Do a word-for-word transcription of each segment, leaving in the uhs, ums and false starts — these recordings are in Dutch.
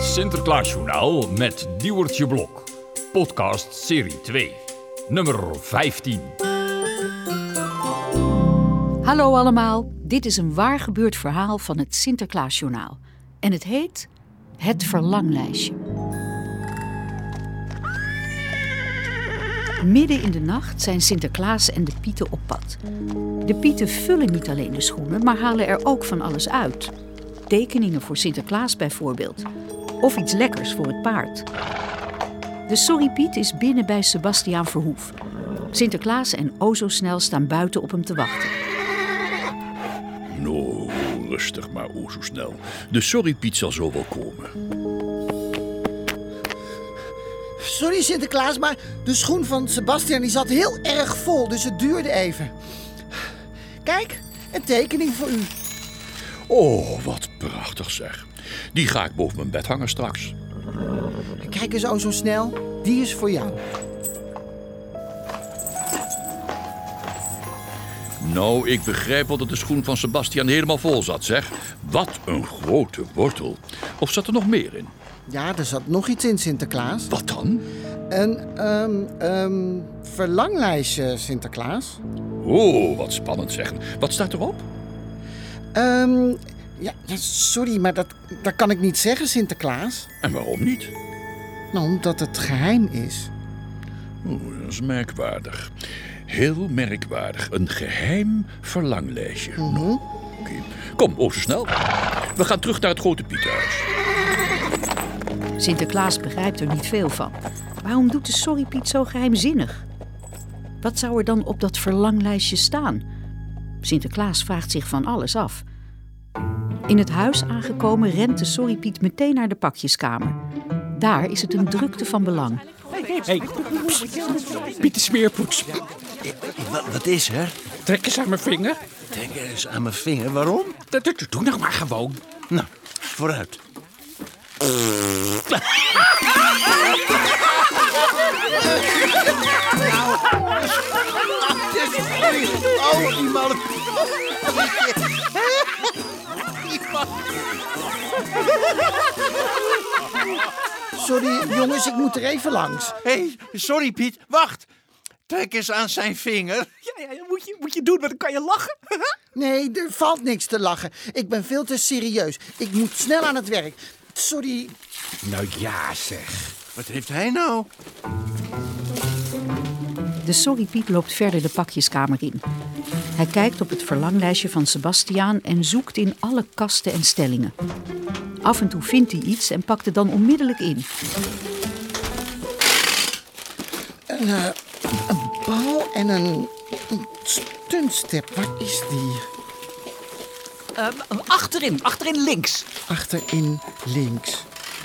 Sinterklaasjournaal met Diewertje Blok. Podcast serie twee, nummer vijftien. Hallo allemaal, dit is een waar gebeurd verhaal van het Sinterklaasjournaal. En het heet Het Verlanglijstje. Midden in de nacht zijn Sinterklaas en de Pieten op pad. De Pieten vullen niet alleen de schoenen, maar halen er ook van alles uit. Tekeningen voor Sinterklaas bijvoorbeeld. Of iets lekkers voor het paard. De Sorry Piet is binnen bij Sebastiaan Verhoef. Sinterklaas en O Zo Snel staan buiten op hem te wachten. Nou, rustig maar, O Zo Snel. De Sorry Piet zal zo wel komen. Sorry Sinterklaas, maar de schoen van Sebastiaan die zat heel erg vol, dus het duurde even. Kijk, een tekening voor u. Oh, wat prachtig zeg. Die ga ik boven mijn bed hangen straks. Kijk eens, O Zo Snel, die is voor jou. Nou, ik begrijp wel dat de schoen van Sebastiaan helemaal vol zat, zeg. Wat een grote wortel. Of zat er nog meer in? Ja, er zat nog iets in, Sinterklaas. Wat dan? Een um, um, verlanglijstje, Sinterklaas. Oh, wat spannend zeg. Wat staat erop? Um, ja, ja, sorry, maar dat, dat kan ik niet zeggen, Sinterklaas. En waarom niet? Nou, omdat het geheim is. Oh, dat is merkwaardig. Heel merkwaardig. Een geheim verlanglijstje. Mm-hmm. Nou, oké. Kom, O Zo Snel. We gaan terug naar het grote Pietenhuis. Sinterklaas begrijpt er niet veel van. Waarom doet de Sorry Piet zo geheimzinnig? Wat zou er dan op dat verlanglijstje staan? Sinterklaas vraagt zich van alles af. In het huis aangekomen rent de Sorry Piet meteen naar de pakjeskamer. Daar is het een drukte van belang. Hé, hey, Pieter Smeerpoets. Wat, wat is er? Trek eens aan mijn vinger. Trek eens aan mijn vinger. Waarom? Dat, dat, doe nou maar gewoon. Nou, vooruit. Oh, iemand. Sorry, jongens, ik moet er even langs. Hé, hey, sorry Piet, wacht. Trek eens aan zijn vinger. Ja, ja, moet je, moet je doen, want dan kan je lachen. Nee, er valt niks te lachen. Ik ben veel te serieus. Ik moet snel aan het werk. Sorry. Nou ja, zeg. Wat heeft hij nou? De Sorry Piet loopt verder de pakjeskamer in. Hij kijkt op het verlanglijstje van Sebastiaan en zoekt in alle kasten en stellingen. Af en toe vindt hij iets en pakt het dan onmiddellijk in. Een, uh, een bal en een, een stuntstep. Waar is die? Uh, achterin, achterin links. Achterin links.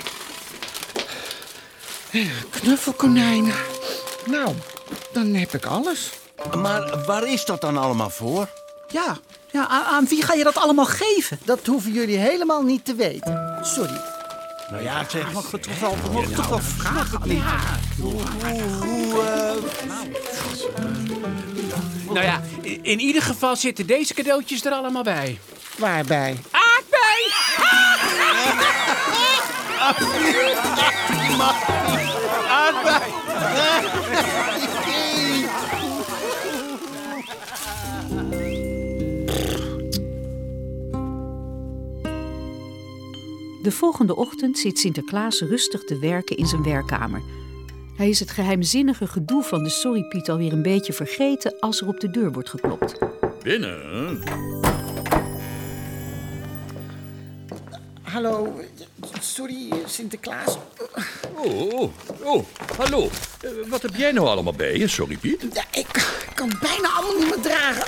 Knuffelkonijnen. Nou, dan heb ik alles. Maar waar is dat dan allemaal voor? Ja, ja aan, aan wie ga je dat allemaal geven? Dat hoeven jullie helemaal niet te weten. Sorry. Nou ja, zeg. We mogen toch wel, we mogen toch wel vragen. Ja. Hoe, hoe, uh... Nou ja, in ieder geval zitten deze cadeautjes er allemaal bij. Waarbij? Aardbei! Aardbei! De volgende ochtend zit Sinterklaas rustig te werken in zijn werkkamer. Hij is het geheimzinnige gedoe van de Sorry Piet alweer een beetje vergeten als er op de deur wordt geklopt. Binnen. Hallo, sorry Sinterklaas. Oh, oh, oh, hallo. Uh, wat heb jij nou allemaal bij je, Sorry Piet? Ja, ik kan bijna allemaal niet meer dragen.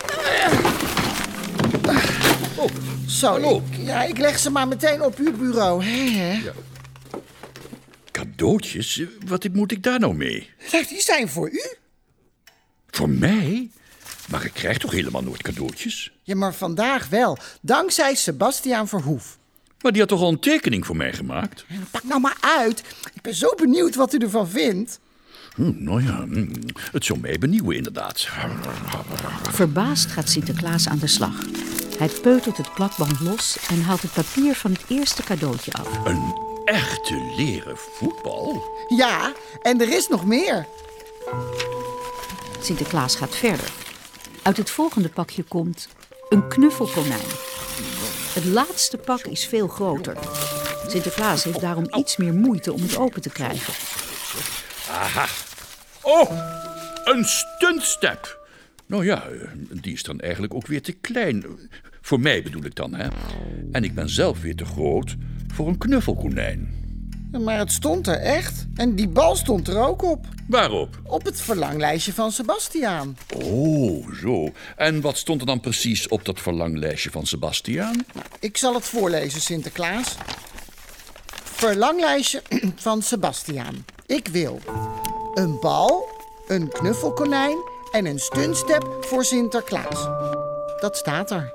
Oh, Zo, hallo. Ik, ja, ik leg ze maar meteen op uw bureau. Hè, hè? Ja. Cadeautjes? Wat moet ik daar nou mee? Die zijn voor u. Voor mij? Maar ik krijg toch helemaal nooit cadeautjes? Ja, maar vandaag wel. Dankzij Sebastiaan Verhoef. Maar die had toch al een tekening voor mij gemaakt? Pak nou maar uit. Ik ben zo benieuwd wat u ervan vindt. Hm, nou ja, het zou mij benieuwen inderdaad. Verbaasd gaat Sinterklaas aan de slag. Hij peutert het plakband los en haalt het papier van het eerste cadeautje af. Een Echte leren voetbal? Ja, en er is nog meer. Sinterklaas gaat verder. Uit het volgende pakje komt een knuffelkonijn. Het laatste pak is veel groter. Sinterklaas heeft daarom iets meer moeite om het open te krijgen. Aha. Oh, een stuntstep. Nou ja, die is dan eigenlijk ook weer te klein. Voor mij bedoel ik dan, hè. En ik ben zelf weer te groot voor een knuffelkonijn. Maar het stond er echt. En die bal stond er ook op. Waarop? Op het verlanglijstje van Sebastiaan. Oh, zo. En wat stond er dan precies op dat verlanglijstje van Sebastiaan? Ik zal het voorlezen, Sinterklaas. Verlanglijstje van Sebastiaan. Ik wil een bal, een knuffelkonijn en een stuntstep voor Sinterklaas. Dat staat er.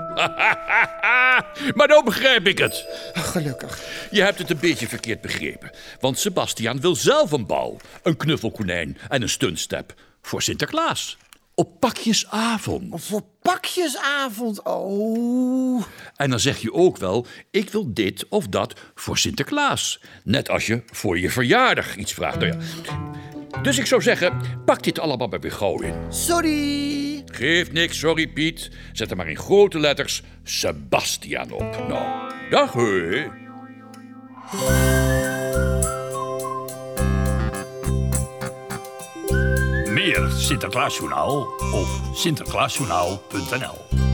Maar nou begrijp ik het. Gelukkig. Je hebt het een beetje verkeerd begrepen. Want Sebastiaan wil zelf een bal, een knuffelkonijn en een stuntstep voor Sinterklaas. Op pakjesavond. Voor pakjesavond, oh. En dan zeg je ook wel, ik wil dit of dat voor Sinterklaas. Net als je voor je verjaardag iets vraagt. Nou ja. Dus ik zou zeggen, pak dit allemaal maar weer gauw in. Sorry. Geeft niks, sorry Piet. Zet er maar in grote letters Sebastiaan op. Nou, dag hé. Meer Sinterklaasjournaal op sinterklaasjournaal punt n l.